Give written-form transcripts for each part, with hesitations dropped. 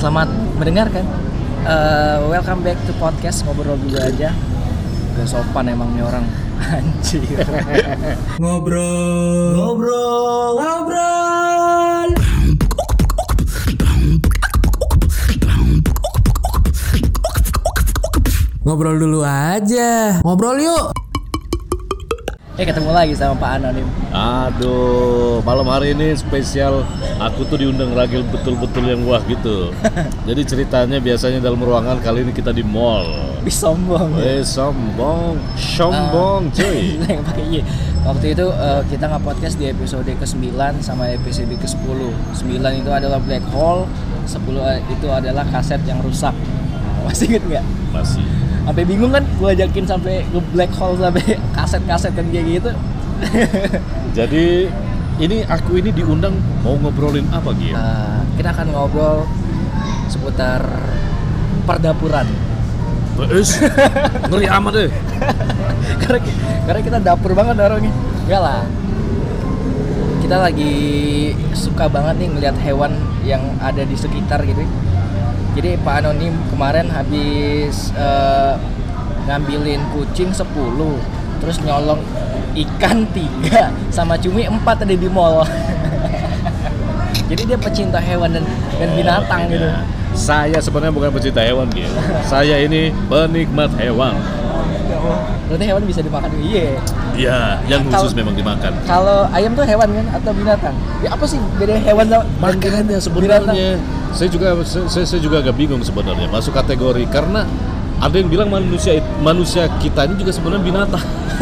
Selamat mendengarkan. Welcome back to podcast Ngobrol Dulu Aja. Gak sopan emang nih orang. Anjir. Ngobrol. Ngobrol dulu aja. Ngobrol yuk. Ketemu lagi sama Pak Anonim. Aduh, malam hari ini spesial. Aku tuh diundang Ragil betul-betul yang wah gitu. Jadi ceritanya biasanya dalam ruangan, kali ini kita di mall. Sombong. Sombong cuy. Waktu itu kita nge-podcast di episode ke-9 sama episode ke-10. 9 itu adalah black hole, 10 itu adalah kaset yang rusak. Masih inget nggak? Masih. Sampai bingung kan, gue ajakin sampai ke black hole sampai kaset-kaset kan kayak gitu. Jadi aku ini diundang mau ngobrolin apa gitu? Kita akan ngobrol seputar perdapuran. Ngeri amat deh. karena kita dapur banget orangnya. Enggak lah. Kita lagi suka banget nih ngeliat hewan yang ada di sekitar gitu. Jadi Pak Anonim kemarin habis ngambilin kucing 10, terus nyolong ikan 3 sama cumi 4 ada di mall. Jadi dia pecinta hewan dan binatang gitu. Saya sebenarnya bukan pecinta hewan gitu. Saya ini penikmat hewan. Berarti hewan bisa dimakan juga? Iya, yang khusus memang dimakan. Kalau ayam tuh hewan kan atau binatang? Ya apa sih beda hewan sama makannya sebenarnya? Saya juga agak bingung sebenarnya masuk kategori, karena ada yang bilang manusia kita ini juga sebenarnya binatang.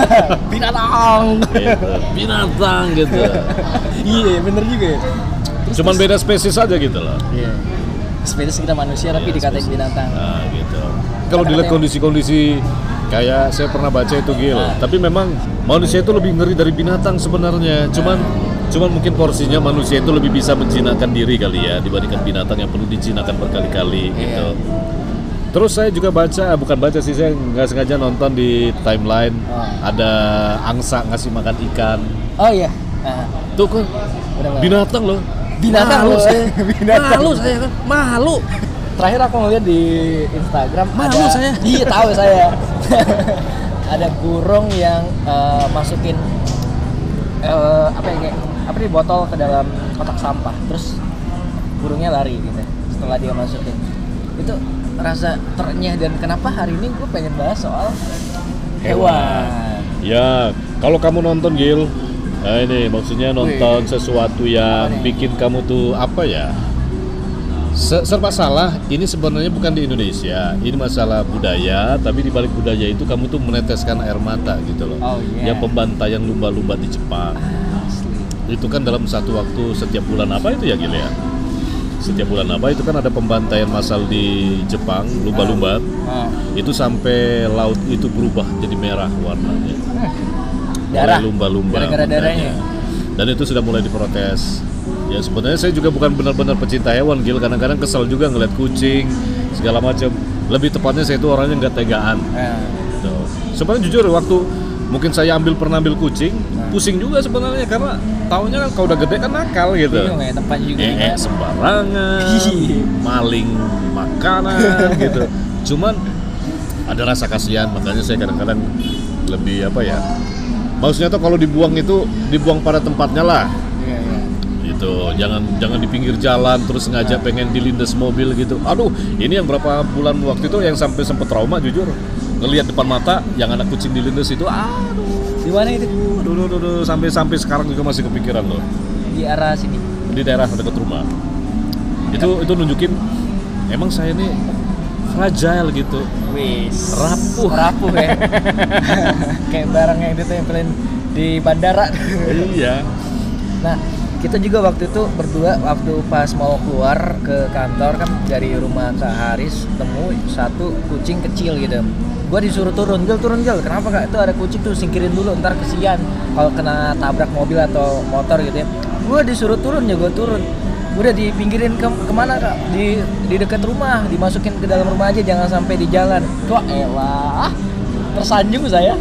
binatang gitu. Iya, bener juga ya. Cuman beda spesies aja gitu loh. Iya. Spesies kita manusia tapi dikatain binatang. Nah, gitu. Kalau dilihat kondisi-kondisi kayak saya pernah baca itu Gil, tapi memang manusia itu lebih ngeri dari binatang sebenarnya. Cuman mungkin porsinya manusia itu lebih bisa menjinakkan diri kali ya dibandingkan binatang yang perlu dijinakkan berkali-kali gitu. Terus saya juga saya nggak sengaja nonton di timeline ada angsa ngasih makan ikan. Oh iya. Tuh kan binatang loh. Malu saya kan. Malu. Terakhir aku ngeliat di Instagram malu saya. Iya tahu saya. Ada burung yang masukin botol ke dalam kotak sampah, terus burungnya lari gitu setelah dia masukin. Itu rasa ternyah, dan kenapa hari ini gue pengen bahas soal hewan. Ya, kalau kamu nonton Gil, ini maksudnya nonton sesuatu yang bikin kamu tuh apa ya? Serba salah. Ini sebenarnya bukan di Indonesia. Ini masalah budaya, tapi di balik budaya itu kamu tuh meneteskan air mata gitu loh. Yang pembantaian lumba-lumba di Jepang. Itu kan dalam satu waktu setiap bulan apa itu ya Gil ya? Setiap bulan apa itu kan ada pembantaian massal di Jepang, lumba-lumba. Itu sampai laut itu berubah jadi merah warnanya. Darah. Lumba-lumba. Gara-gara darahnya. Dan itu sudah mulai diprotes. Ya sebenarnya saya juga bukan benar-benar pecinta hewan Gil, kadang-kadang kesel juga ngeliat kucing segala macam. Lebih tepatnya saya itu orangnya nggak tegaan. Sebenarnya jujur waktu mungkin saya pernah ambil kucing, pusing juga sebenarnya karena taunya kan kalau udah gede kan nakal gitu. Bingung ya tempatnya juga. Sembarangan, maling makanan gitu. Cuman ada rasa kasihan, makanya saya kadang-kadang lebih maksudnya tuh kalau dibuang pada tempatnya lah. Gitu. Jangan di pinggir jalan terus sengaja pengen dilindas mobil gitu. Aduh, ini yang berapa bulan waktu itu yang sampai sempet trauma jujur. Ngelihat depan mata yang anak kucing dilindas itu, aduh. Di mana itu? Aduh, sampai sekarang juga masih kepikiran loh. Di arah sini. Di daerah dekat rumah. Itu nunjukin emang saya ini fragile gitu. Wis. Rapuh ya. Kayak barang yang ditempelin di bandara. Iya. Nah, kita juga waktu itu berdua waktu pas mau keluar ke kantor kan dari rumah Kak Haris, temu satu kucing kecil gitu. Gua disuruh turun, Gil. Kenapa Kak? Itu ada kucing tuh, singkirin dulu, ntar kesian kalau kena tabrak mobil atau motor gitu ya. Gua disuruh turun ya, gua turun. Udah dipinggirin kemana Kak? Di dekat rumah, dimasukin ke dalam rumah aja, jangan sampai di jalan. Kok elah, tersanjung saya.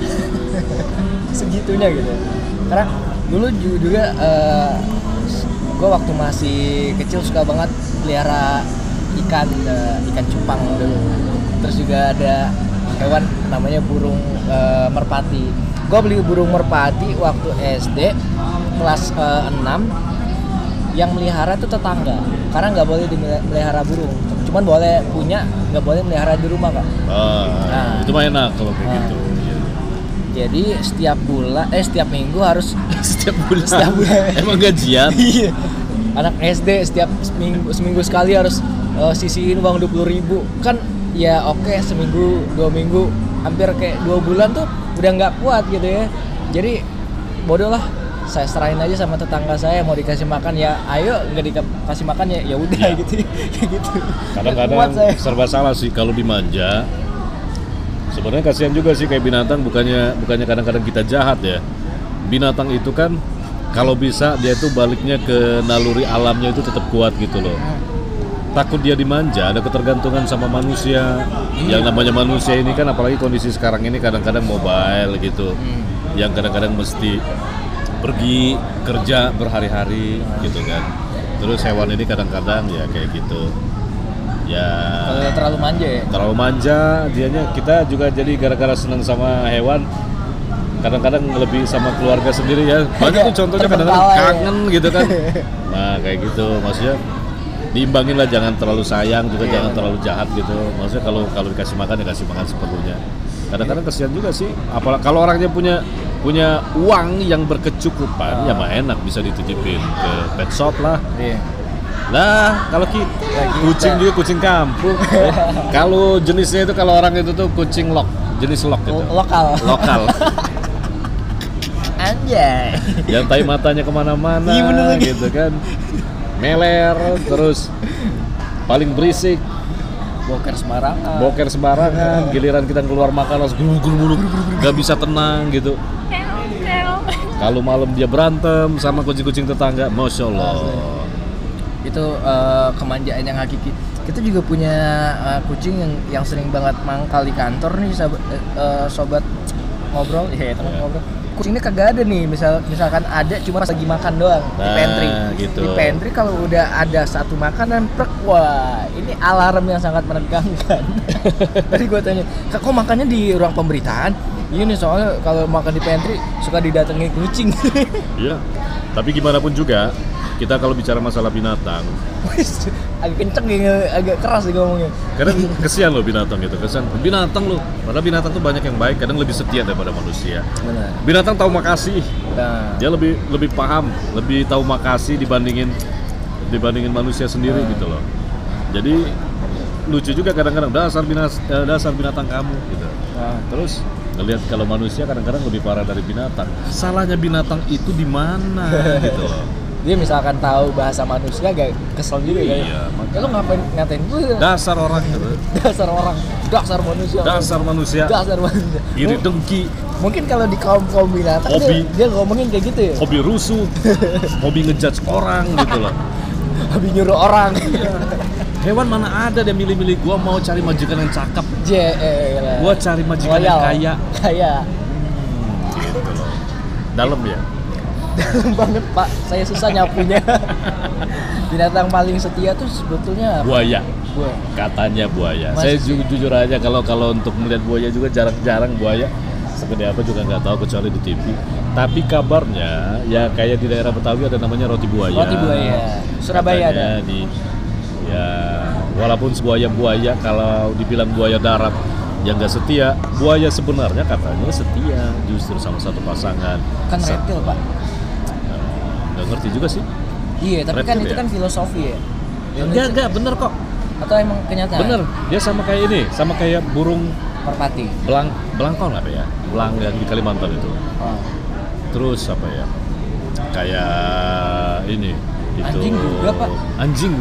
Segitunya gitu. Karena dulu juga gue waktu masih kecil suka banget pelihara ikan cupang dulu. Terus juga ada hewan namanya burung merpati. Gue beli burung merpati waktu SD kelas 6. Yang melihara itu tetangga, karena nggak boleh melihara burung, cuman boleh punya, nggak boleh melihara di rumah, Kak. Nah, itu mah enak kalau kayak gitu. Jadi setiap minggu harus Setiap bulan. Emang gajian? Iya. Anak SD setiap seminggu sekali harus sisihin uang 20.000. Kan ya oke, seminggu 2 minggu hampir kayak 2 bulan tuh udah nggak kuat gitu ya. Jadi bodoh lah, saya serahin aja sama tetangga saya, mau dikasih makan ya ayo, nggak dikasih makan ya udah gitu. Gitu. Kadang-kadang serba salah sih kalau dimanja. Sebenarnya kasihan juga sih kayak binatang, bukannya kadang-kadang kita jahat ya. Binatang itu kan kalau bisa dia tuh baliknya ke naluri alamnya itu tetap kuat gitu loh. Takut dia dimanja, ada ketergantungan sama manusia. Yang namanya manusia ini kan apalagi kondisi sekarang ini kadang-kadang mobile gitu. Yang kadang-kadang mesti pergi kerja berhari-hari gitu kan. Terus hewan ini kadang-kadang ya kayak gitu. Ya kalau terlalu manja ya. Terlalu manja dianya, kita juga jadi gara-gara senang sama hewan kadang-kadang lebih sama keluarga sendiri ya. Banyak tuh contohnya kadang-kadang kangen gitu kan. Nah, kayak gitu. Maksudnya diimbangin lah, jangan terlalu sayang juga, jangan terlalu jahat gitu. Maksudnya kalau dikasih makan ya kasih makan seperlunya. Kadang-kadang kasihan juga sih, apalagi kalau orangnya punya uang yang berkecukupan, ya mah enak bisa dititipin ke pet shop lah. Lah, kalau kucing juga kucing kampung. Kalau jenisnya itu, kalau orang itu tuh kucing jenis gitu. Lokal. Anjay. Yang tai matanya kemana-mana, gitu kan. Meler, terus paling berisik. Boker sembarangan. Giliran kita keluar makan langsung gulung-gulung, gak bisa tenang gitu. Kalau malam dia berantem sama kucing-kucing tetangga, masya Allah. Itu kemanjaan yang hakiki. Kita juga punya kucing yang sering banget mangkal di kantor nih, sobat ngobrol, teman ngobrol. Kucingnya kagak ada nih, misalkan ada cuma pas lagi makan doang di pantry. Gitu. Di pantry kalau udah ada satu makanan, wah ini alarm yang sangat menegangkan. Tadi gue tanya, kok makannya di ruang pemberitaan? Iya nih, soalnya kalau makan di pantry suka didatangi kucing. Iya, tapi gimana pun juga kita kalau bicara masalah binatang agak kenceng ya, agak keras sih ngomongnya. Kadang kesian loh binatang gitu, binatang loh. Padahal binatang tuh banyak yang baik, kadang lebih setia daripada manusia. Benar. Binatang tahu makasih. Nah. Dia lebih paham, lebih tahu makasih dibandingin manusia sendiri gitu loh. Jadi lucu juga kadang-kadang dasar binatang kamu gitu. Nah, terus ngelihat kalau manusia kadang-kadang lebih parah dari binatang. Salahnya binatang itu di mana gitu loh. Dia misalkan tahu bahasa manusia agak kesel juga kan. Iya, ya lo ngatain gue? Dasar orang gitu. Dasar manusia. Iri dengki. Mungkin kalau di kaum binatang dia ngomongin kayak gitu ya. Hobi rusuh. Hobi ngejudge orang gitu loh. Hobi nyuruh orang. Iya. Hewan mana ada dia milih-milih, gua mau cari majikan yang cakep. Gua cari majikan yang kaya. Gitu loh. Dalam ya. Dalam banget Pak, saya susah nyapunya. Binatang paling setia tuh sebetulnya buaya. Katanya buaya. Saya jujur aja kalau untuk melihat buaya juga jarang-jarang buaya. Segede apa juga nggak tahu kecuali di TV. Tapi kabarnya ya kayak di daerah Betawi ada namanya roti buaya. Roti buaya. Surabaya ada. Ya walaupun buaya kalau dibilang buaya darat yang nggak setia, buaya sebenarnya katanya setia justru sama satu pasangan. Kan reptil Pak. Nggak ngerti juga sih. Iya, tapi reptil kan itu kan filosofi ya. Enggak, bener kok. Atau emang kenyataan? Bener, dia sama kayak burung merpati. Belangkon apa ya? Belang yang di Kalimantan itu. Terus apa ya? Kayak ini. Anjing juga Pak. Anjing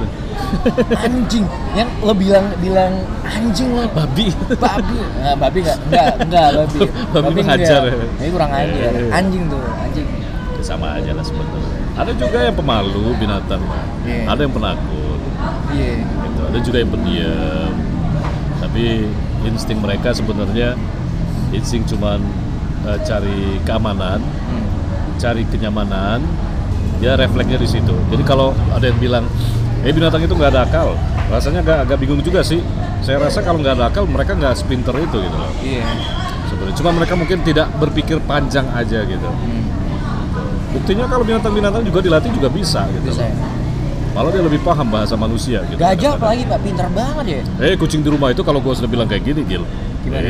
yang lo bilang anjing lo. Babi nah, babi enggak babi ngajar ya. Ini kurang ajar. Anjing sama aja lah sebetulnya. Ada juga yang pemalu binatang, ada yang penakut, gitu. Ada juga yang pendiam. Tapi insting mereka sebenarnya cuman cari keamanan, cari kenyamanan. Dia refleksnya di situ. Jadi kalau ada yang bilang, binatang itu nggak ada akal, rasanya agak bingung juga sih. Saya rasa kalau nggak ada akal mereka nggak sepinter itu gitu loh. Iya. Sebenarnya cuma mereka mungkin tidak berpikir panjang aja gitu. Buktinya kalau binatang-binatang juga dilatih juga bisa gitu. Bisa ya. Malah dia lebih paham bahasa manusia gitu. Gajah apalagi Pak, pintar banget ya. Kucing di rumah itu kalau gua sudah bilang kayak gini, Gil. Gimana?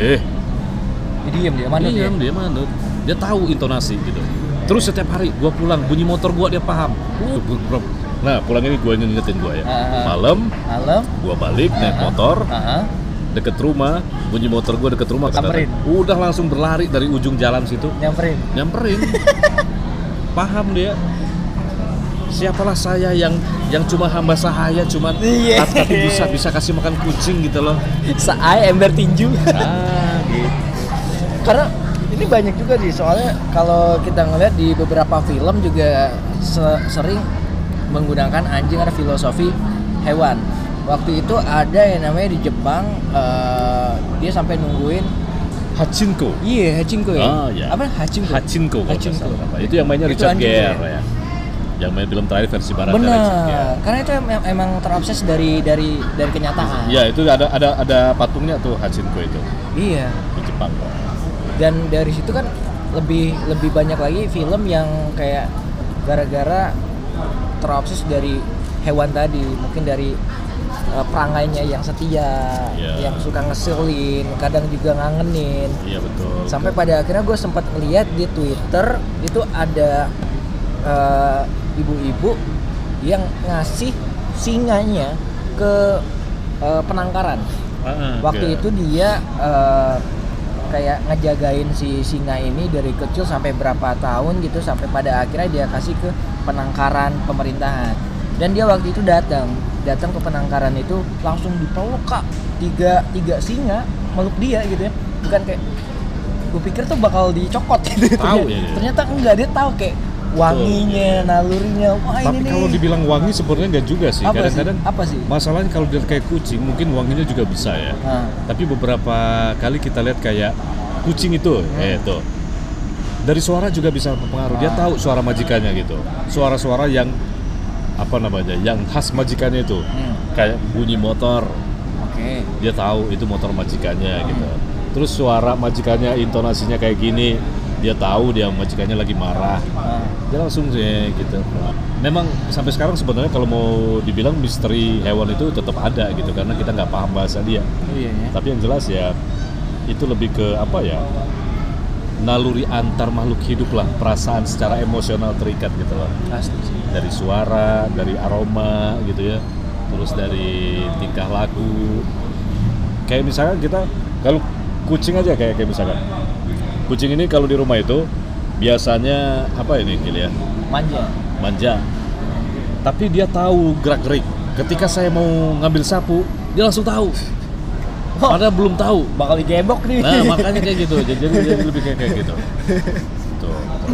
Dia manut ya. Dia manut. Dia tahu intonasi gitu. Terus setiap hari gua pulang bunyi motor gua dia paham. Nah, pulang ini gua ngingetin gua ya. Malam gua balik naik motor. Deket rumah, bunyi motor gua deket rumah. Samperin. Udah langsung berlari dari ujung jalan situ. Nyamperin. Paham dia. Siapalah saya yang cuma hamba sahaya, cuman tapi bisa kasih makan kucing gitu loh. Saya ember tinju. Gitu. Karena ini banyak juga sih, soalnya kalau kita ngeliat di beberapa film juga sering menggunakan anjing karena filosofi hewan. Waktu itu ada yang namanya di Jepang, dia sampai nungguin Hachinko. Iya, Hachinko ya. Iya. Apa Hachinko? Itu yang mainnya Richard Gere ya. Yang main film terakhir versi barat. Benar. Karena itu emang terobses dari kenyataan. Iya, itu ada patungnya tuh Hachinko itu. Iya. Di Jepang. Dan dari situ kan lebih banyak lagi film yang kayak gara-gara terobses dari hewan tadi, mungkin dari perangainya yang setia, yang suka ngeselin, kadang juga ngangenin. Iya betul. Sampai pada akhirnya gue sempat ngeliat di Twitter itu ada ibu-ibu yang ngasih singanya ke penangkaran. Waktu itu dia kayak ngejagain si singa ini dari kecil sampai berapa tahun gitu, sampai pada akhirnya dia kasih ke penangkaran pemerintahan. Dan dia waktu itu datang ke penangkaran itu langsung dipeluk Kak, tiga singa meluk dia gitu ya. Bukan kayak gue pikir tuh bakal dicokot gitu. Tahu ya. Ternyata enggak, dia tahu kayak wanginya, nalurinya. Wah, tapi kalau dibilang wangi sebenarnya enggak juga sih. Kadang-kadang apa sih? Masalahnya kalau dia kayak kucing mungkin wanginya juga bisa ya. Tapi beberapa kali kita lihat kayak kucing itu, tuh. Dari suara juga bisa berpengaruh. Dia tahu suara majikannya gitu. Suara-suara yang yang khas majikannya itu. Kayak bunyi motor. Dia tahu itu motor majikannya gitu. Terus suara majikannya intonasinya kayak gini, dia tahu dia majikannya lagi marah. Dia langsung sih gitu. Memang sampai sekarang sebenarnya kalau mau dibilang misteri hewan itu tetap ada gitu karena kita nggak paham bahasa dia. Tapi yang jelas ya itu lebih ke naluri antar makhluk hidup lah, perasaan secara emosional terikat gitu loh. Dari suara, dari aroma gitu ya, terus dari tingkah laku. Kayak misalnya kita kalau kucing aja kayak misalkan kucing ini kalau di rumah itu biasanya Gil ya? Manja. Tapi dia tahu gerak-gerik. Ketika saya mau ngambil sapu, dia langsung tahu. Padahal belum tahu. Bakal digebok nih. Nah, makanya kayak gitu. Jadi lebih kayak gitu. Tuh.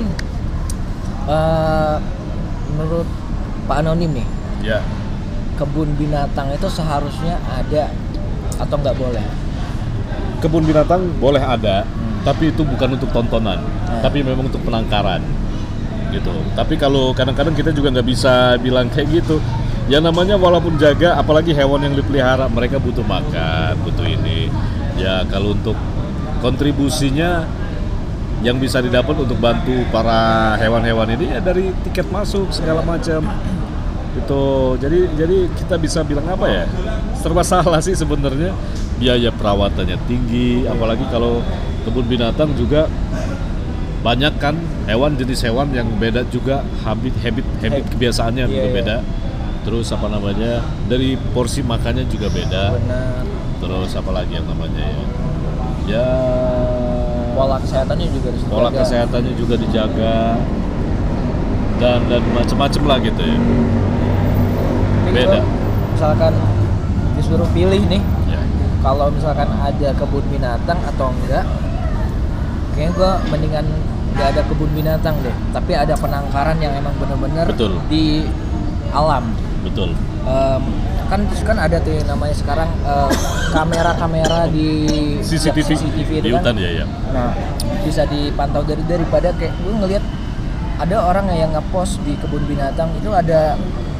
Menurut Pak Anonim nih. Ya. Kebun binatang itu seharusnya ada atau nggak boleh? Kebun binatang boleh ada, tapi itu bukan untuk tontonan, tapi memang untuk penangkaran. Gitu. Tapi kalau kadang-kadang kita juga nggak bisa bilang kayak gitu. Ya namanya walaupun jaga, apalagi hewan yang dipelihara, mereka butuh makan, butuh ini. Ya kalau untuk kontribusinya yang bisa didapat untuk bantu para hewan-hewan ini ya dari tiket masuk segala macam. Itu jadi kita bisa bilang serba salah sih sebenarnya. Biaya perawatannya tinggi, apalagi kalau kebun binatang juga banyak kan jenis hewan yang beda juga, habit kebiasaannya juga beda. Terus dari porsi makannya juga beda. Benar. Terus apalagi yang ya pola kesehatannya juga dijaga. Dan macam-macam lah gitu ya. Beda. Misalkan disuruh pilih nih, kalau misalkan ada kebun binatang atau enggak, kayaknya gue mendingan nggak ada kebun binatang deh, tapi ada penangkaran yang emang bener-bener di alam. Betul. Kan ada tuh yang namanya sekarang kamera di CCTV itu di hutan ya. Nah, bisa dipantau daripada kayak gue ngelihat ada orang yang ngepost di kebun binatang itu ada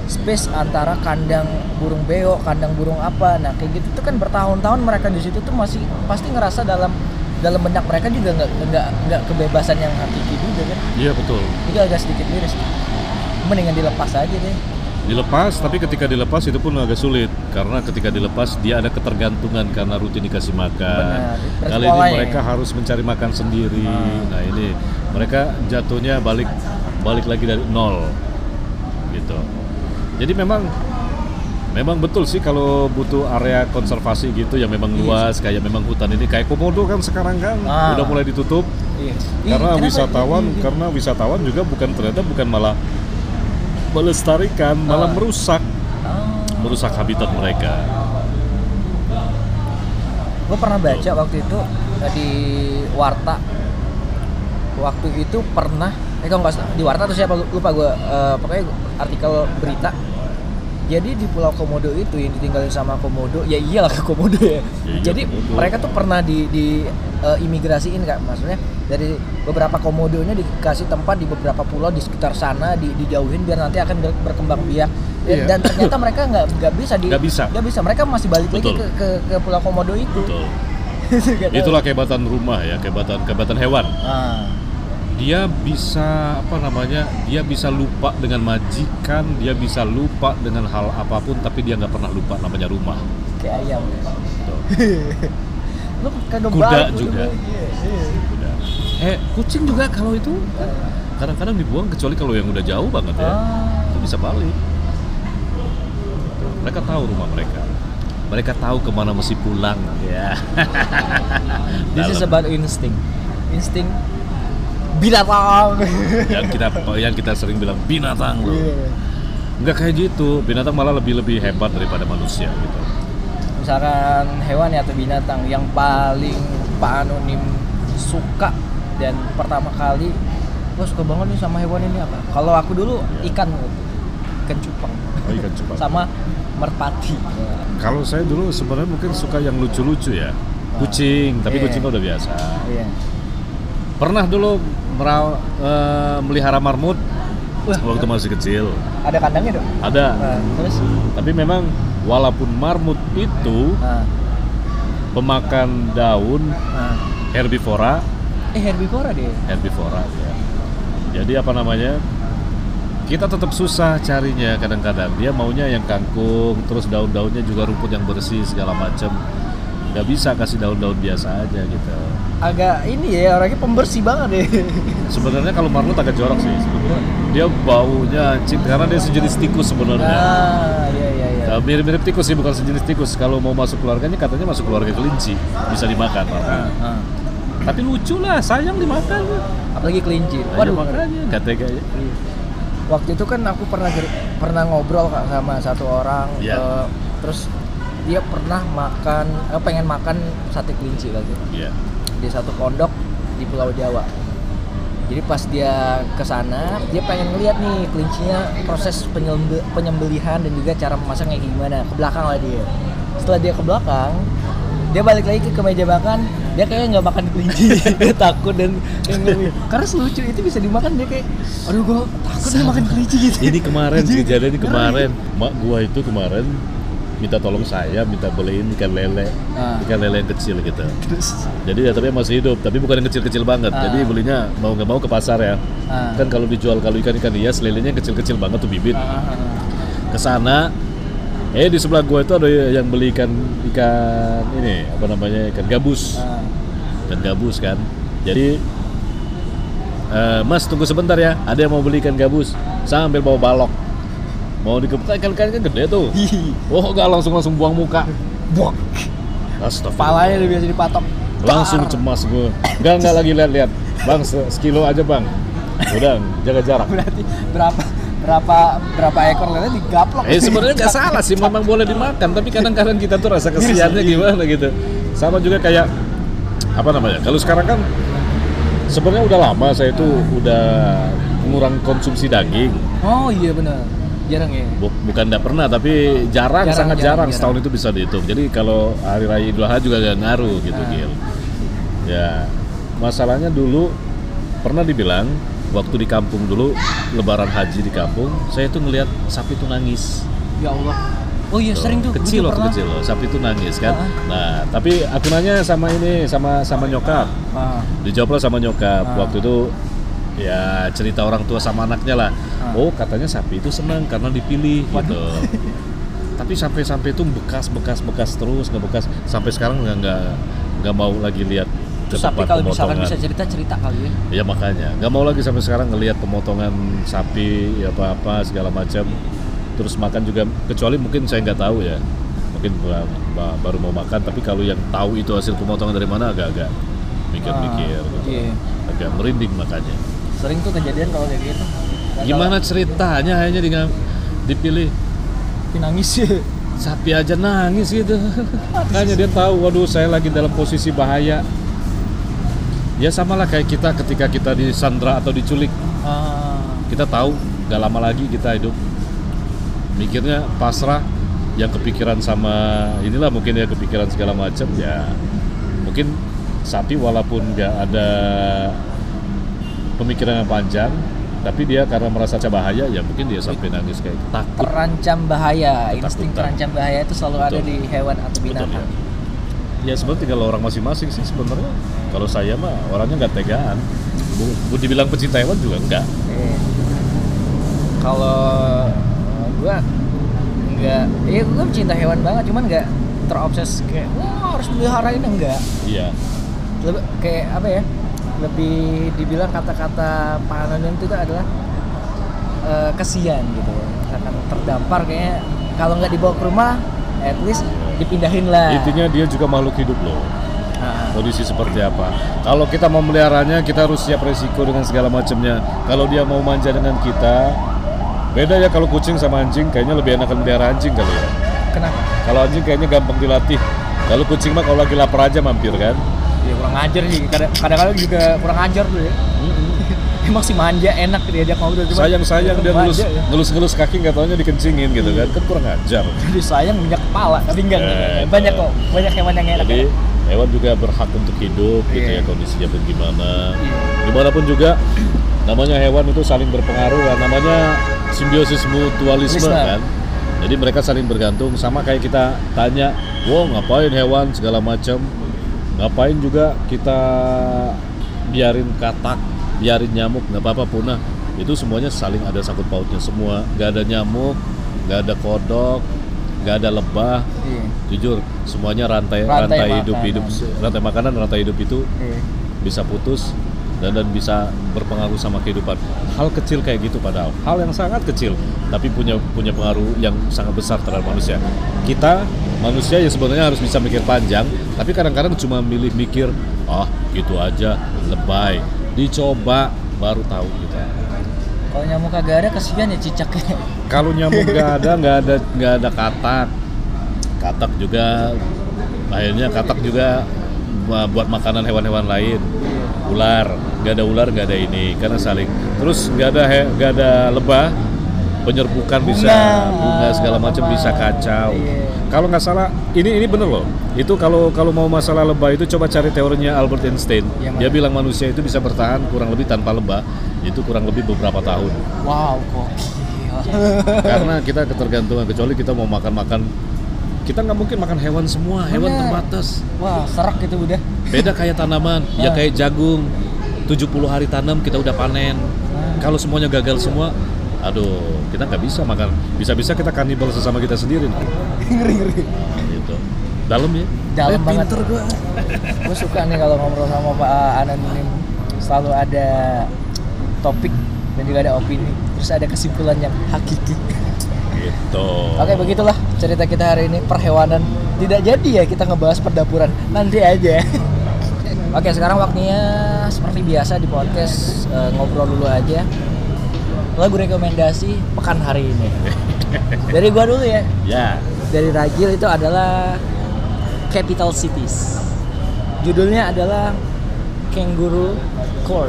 space antara kandang burung beo, kandang burung apa. Nah kayak gitu tuh kan bertahun-tahun mereka di situ tuh masih pasti ngerasa dalam benak mereka juga nggak kebebasan yang hakiki juga kan. Iya betul. Itu agak sedikit miris. Mendingan dilepas aja deh. Dilepas, tapi ketika dilepas itu pun agak sulit karena ketika dilepas dia ada ketergantungan karena rutin dikasih makan. Benar. Kali ini mereka harus mencari makan sendiri. Nah ini mereka jatuhnya balik lagi dari nol gitu. Jadi memang betul sih kalau butuh area konservasi gitu ya memang luas kayak memang hutan ini kayak Komodo kan sekarang kan udah mulai ditutup karena wisatawan juga ternyata bukan malah melestarikan, malah merusak habitat mereka. Gue pernah baca waktu itu di Warta. Waktu itu pernah, kalau nggak salah di Warta atau siapa lupa gue, pokoknya artikel berita. Jadi di Pulau Komodo itu yang ditinggalin sama Komodo, ya iyalah ke Komodo ya. Jadi Komodo. Mereka tuh pernah di imigrasiin Kak, maksudnya dari beberapa Komodonya dikasih tempat di beberapa pulau di sekitar sana, dijauhin biar nanti akan berkembang biak. Dan ternyata mereka nggak bisa, mereka masih balik lagi ke Pulau Komodo itu. Betul. Itulah kehebatan rumah ya, kehebatan hewan. Dia bisa dia bisa lupa dengan majikan, dia bisa lupa dengan hal apapun, tapi dia nggak pernah lupa namanya rumah. Kayak ayam. Lu kuda juga. Kuda. Kucing juga kalau itu kadang-kadang dibuang kecuali kalau yang udah jauh banget ya. Itu bisa balik. Mereka tahu rumah mereka. Mereka tahu kemana mesti pulang ya. This is about insting binatang. yang kita sering bilang binatang loh. Enggak kayak gitu. Binatang malah lebih hebat daripada manusia gitu. Misalkan hewan ya atau binatang yang paling Pak Anonim suka dan pertama kali gue suka banget nih sama hewan ini apa? Kalau aku dulu ikan cupang. Ikan cupang. Sama merpati. Kalau saya dulu sebenarnya mungkin suka yang lucu-lucu ya. Kucing, tapi kucing udah biasa. Pernah dulu melihara marmut waktu masih kecil. Ada kandangnya dong? Ada. Terus? Tapi memang walaupun marmut itu pemakan daun, herbivora. Herbivora dia. Herbivora ya. Jadi kita tetap susah carinya kadang-kadang. Dia maunya yang kangkung, terus daun-daunnya juga rumput yang bersih segala macam. Gak bisa kasih daun-daun biasa aja gitu. Agak ini ya, orangnya pembersih banget deh. Sebenarnya kalau marmut agak jorok sih sebenarnya. Dia baunya karena dia sejenis tikus sebenarnya. Iya. Nah, mirip-mirip tikus sih, bukan sejenis tikus. Kalau mau masuk keluarganya katanya masuk keluarga kelinci, bisa dimakan. Tapi lucu lah, sayang dimakan. Apalagi kelinci. Waduh, makanya nggak tega ya. Waktu itu kan aku pernah ngobrol Kak sama satu orang, terus dia pengen makan sate kelinci lagi. Di satu pondok di Pulau Jawa. Jadi pas dia kesana, dia pengen ngeliat nih kelincinya proses penyembelihan dan juga cara memasaknya kayak gimana. Ke belakang lah dia. Setelah dia ke belakang, dia balik lagi ke meja makan. Dia kayaknya nggak makan kelinci, dia takut dan karena selucu itu bisa dimakan, dia kayak, aduh gue takut dia makan kelinci gitu. Ini kemarin kejadian ini kemarin, mak gua itu kemarin minta tolong saya minta beliin ikan lele yang kecil gitu. Jadi ya tapi masih hidup, tapi bukan yang kecil-kecil banget. Jadi belinya mau nggak mau ke pasar ya. Kan kalau dijual ikan hias lelenya kecil-kecil banget tuh bibit. Kesana, di sebelah gua itu ada yang beli ikan ini ikan gabus. Ikan gabus kan. Jadi Mas tunggu sebentar ya, ada yang mau beli ikan gabus sambil bawa balok. Mau dikebuka ikan-ikan kan gede tuh. Oh enggak, langsung buang muka. Buang. Astagfirullah. Palanya udah biasa dipatok. Langsung cemas gue. Enggak lagi lihat. Bang, sekilo aja bang. Udah, jaga jarak. Berarti berapa ekor lele digaplok. Sebenarnya nggak salah sih, memang boleh dimakan. Tapi kadang-kadang kita tuh rasa kesiannya gimana gitu. Sama juga kayak kalau sekarang kan sebenarnya udah lama saya tuh udah mengurangi konsumsi daging. Oh iya benar. Jarang ya? Bukan tidak pernah, tapi sangat jarang. Setahun itu bisa dihitung. Jadi kalau hari raya Idul Adha juga gak ngaruh gitu, Gil. Ya, masalahnya dulu pernah dibilang waktu di kampung dulu, lebaran haji di kampung, saya tuh ngelihat sapi tuh nangis. Ya Allah. Oh iya, sering tuh. Kecil waktu pernah. kecil loh, sapi tuh nangis kan. Nah, tapi aku nanya sama nyokap. Dijawablah sama nyokap. Waktu itu ya cerita orang tua sama anaknya lah. Oh, katanya sapi itu senang karena dipilih gitu. Tapi sampai itu bekas terus, nggak bekas sampai sekarang nggak mau lagi lihat. Sapi kalau misalkan bisa cerita kali ya. Ya makanya nggak mau lagi sampai sekarang ngelihat pemotongan sapi apa segala macam. Terus makan juga, kecuali mungkin saya nggak tahu ya, mungkin baru mau makan. Tapi kalau yang tahu itu hasil pemotongan dari mana agak-agak mikir-mikir, gitu. Agak merinding makanya. Sering tuh kejadian kalau kayak gitu. Gimana ceritanya hanya dipilih? Tapi nangis ya. Sapi aja nangis gitu. Makanya dia tahu, waduh saya lagi dalam posisi bahaya. Ya sama lah kayak kita ketika kita disandra atau diculik. Kita tahu gak lama lagi kita hidup. Mikirnya pasrah, yang kepikiran sama inilah mungkin ya, kepikiran segala macam ya. Mungkin sapi walaupun gak ada pemikiran yang panjang, tapi dia karena merasa bahaya ya mungkin dia sampai nangis kayak takut. Terancam bahaya, insting terancam bahaya itu selalu ada di hewan atau binatang. Ya sebenarnya tinggal orang masing-masing sih sebenarnya. Kalau saya mah orangnya nggak tegaan. Dibilang pecinta hewan juga enggak. Kalau gue enggak, gue pecinta hewan banget, cuman nggak terobses kayak wah harus melihara ini, enggak. Iya. Lebih kayak apa ya? Lebih dibilang kata-kata Pak Anandin itu adalah kesian gitu. Misalkan terdampar kayaknya kalau nggak dibawa ke rumah, at least dipindahin lah. Intinya dia juga makhluk hidup loh. Kondisi seperti apa? Kalau kita mau meliharanya, kita harus siap resiko dengan segala macamnya. Kalau dia mau manja dengan kita, beda ya. Kalau kucing sama anjing, kayaknya lebih enakan melihara anjing kali ya. Kenapa? Kalau anjing kayaknya gampang dilatih. Kalau kucing mah kalau lagi lapar aja mampir kan. Ya kurang ajar sih. Kadang-kadang juga kurang ajar tuh ya. Emang si manja enak diajak ngobrol, cuma sayang dia ngelus kaki nggak taunya dikencingin gitu kan kurang ajar. Jadi sayang minyak kepala, tapi enggak. Banyak hewan yang enak. Jadi hewan juga berhak untuk hidup gitu ya, kondisinya bagaimana. Dimanapun juga namanya hewan itu saling berpengaruh kan, namanya simbiosis mutualisme kan. Jadi mereka saling bergantung, sama kayak kita tanya, wow ngapain hewan segala macam, ngapain juga kita biarin katak, biarin nyamuk, nggak apa-apa punah. Itu semuanya saling ada sangkut pautnya semua. Nggak ada nyamuk, nggak ada kodok, nggak ada lebah. Jujur semuanya rantai hidup rantai makanan, rantai hidup itu bisa putus dan bisa berpengaruh sama kehidupan. Hal kecil kayak gitu, padahal hal yang sangat kecil tapi punya pengaruh yang sangat besar terhadap manusia. Kita manusia yang sebenarnya harus bisa mikir panjang, tapi kadang-kadang cuma mikir gitu aja, lebay. Dicoba baru tahu gitu. Kalau nyamuk kagak ada, kasihan ya cicaknya. Kalau nyamuk nggak ada katak juga, akhirnya katak juga buat makanan hewan-hewan lain. Ular, nggak ada ular, nggak ada ini, karena saling. Terus nggak ada lebah, penyerbukan bisa, bunga segala macam bisa kacau. Kalau nggak salah, ini bener loh. Itu kalau mau masalah lebah itu coba cari teorinya Albert Einstein. Dia bilang manusia itu bisa bertahan kurang lebih tanpa lebah itu kurang lebih beberapa tahun. Wow, kok. Karena kita ketergantungan, kecuali kita mau makan, kita nggak mungkin makan hewan semua, hewan terbatas. Wah, serak gitu udah. Beda kayak tanaman, ya kayak jagung, 70 hari tanam kita udah panen. Kalau semuanya gagal semua, aduh, kita nggak bisa makan. Bisa-bisa kita kanibal sesama kita sendiri. Ngeri. Gitu. Dalam ya? Dalam banget. Pinter gue. Gue suka nih kalau ngobrol sama Pak Anandin, selalu ada topik dan juga ada opini, terus ada kesimpulan yang hakiki. Gitu. Oke, begitulah cerita kita hari ini, perhewanan. Tidak jadi ya kita ngebahas perdapuran, nanti aja. Oke, sekarang waktunya seperti biasa di podcast ngobrol dulu aja. Lagu rekomendasi pekan hari ini. Dari gua dulu ya. Ya. Dari Ragil itu adalah Capital Cities. Judulnya adalah Kangaroo Court.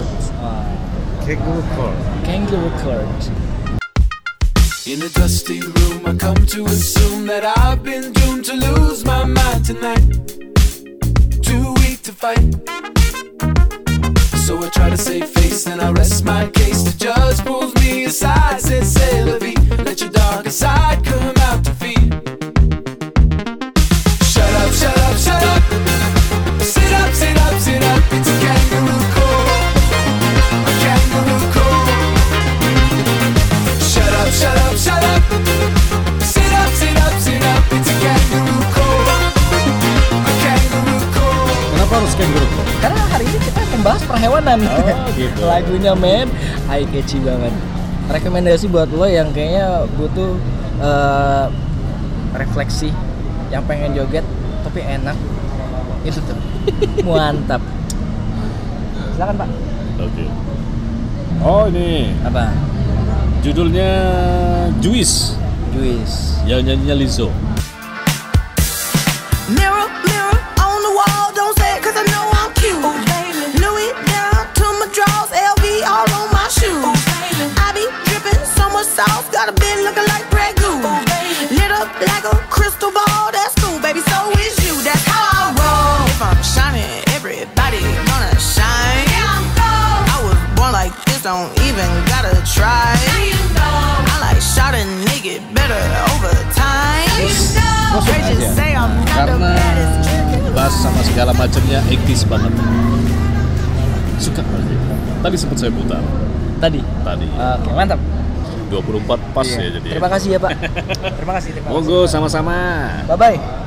Kangaroo Court. In a dusty room, I come to assume that I've been doomed to lose my mind tonight. Too weak to fight. So I try to save face and I rest my case. The judge pulls me aside, says, "C'est la vie. Let your darker side come out to feed." Shut up, shut up, shut up. Sit up, sit up, sit up. It's a kangaroo court. A kangaroo court. Shut up, shut up, shut up. Sit up, sit up, sit up. It's a kangaroo court. A kangaroo court. Kenapa harus kangaroo court? Karena hari ini kita membahas perhewanan. Oh, gitu. Lagunya men, eye catchy banget. Rekomendasi buat lo yang kayaknya butuh refleksi, yang pengen joget tapi enak, itu tuh mantap. Silakan Pak. Oke. Oh ini Apa? judulnya Juice, Juice. yang nyanyinya Lizzo. Mirror, mirror on the wall, don't say it 'cause I know I'm cute. Oh, baby. Louis down to my drawers, LV all on my shoes. Oh, baby. I be dripping so much sauce, got a bit looking like Grey Goose. Oh, baby. Lit up like a crystal ball, that's cool, baby, so is you, that's how I roll. If I'm shining, everybody gonna shine. Yeah, I'm gold. I was born like this, don't even gotta try. Now you know. I like shot and nigga better over time. Now you know. They just say I'm not the Karena baddest. bass sama segala macamnya 80s banget. Suka banget. Tadi sempat saya putar. Tadi. Oke, mantap. 24 pas Iya. ya jadi. Terima kasih ya Pak. Terima kasih. Monggo sama-sama. Bye bye.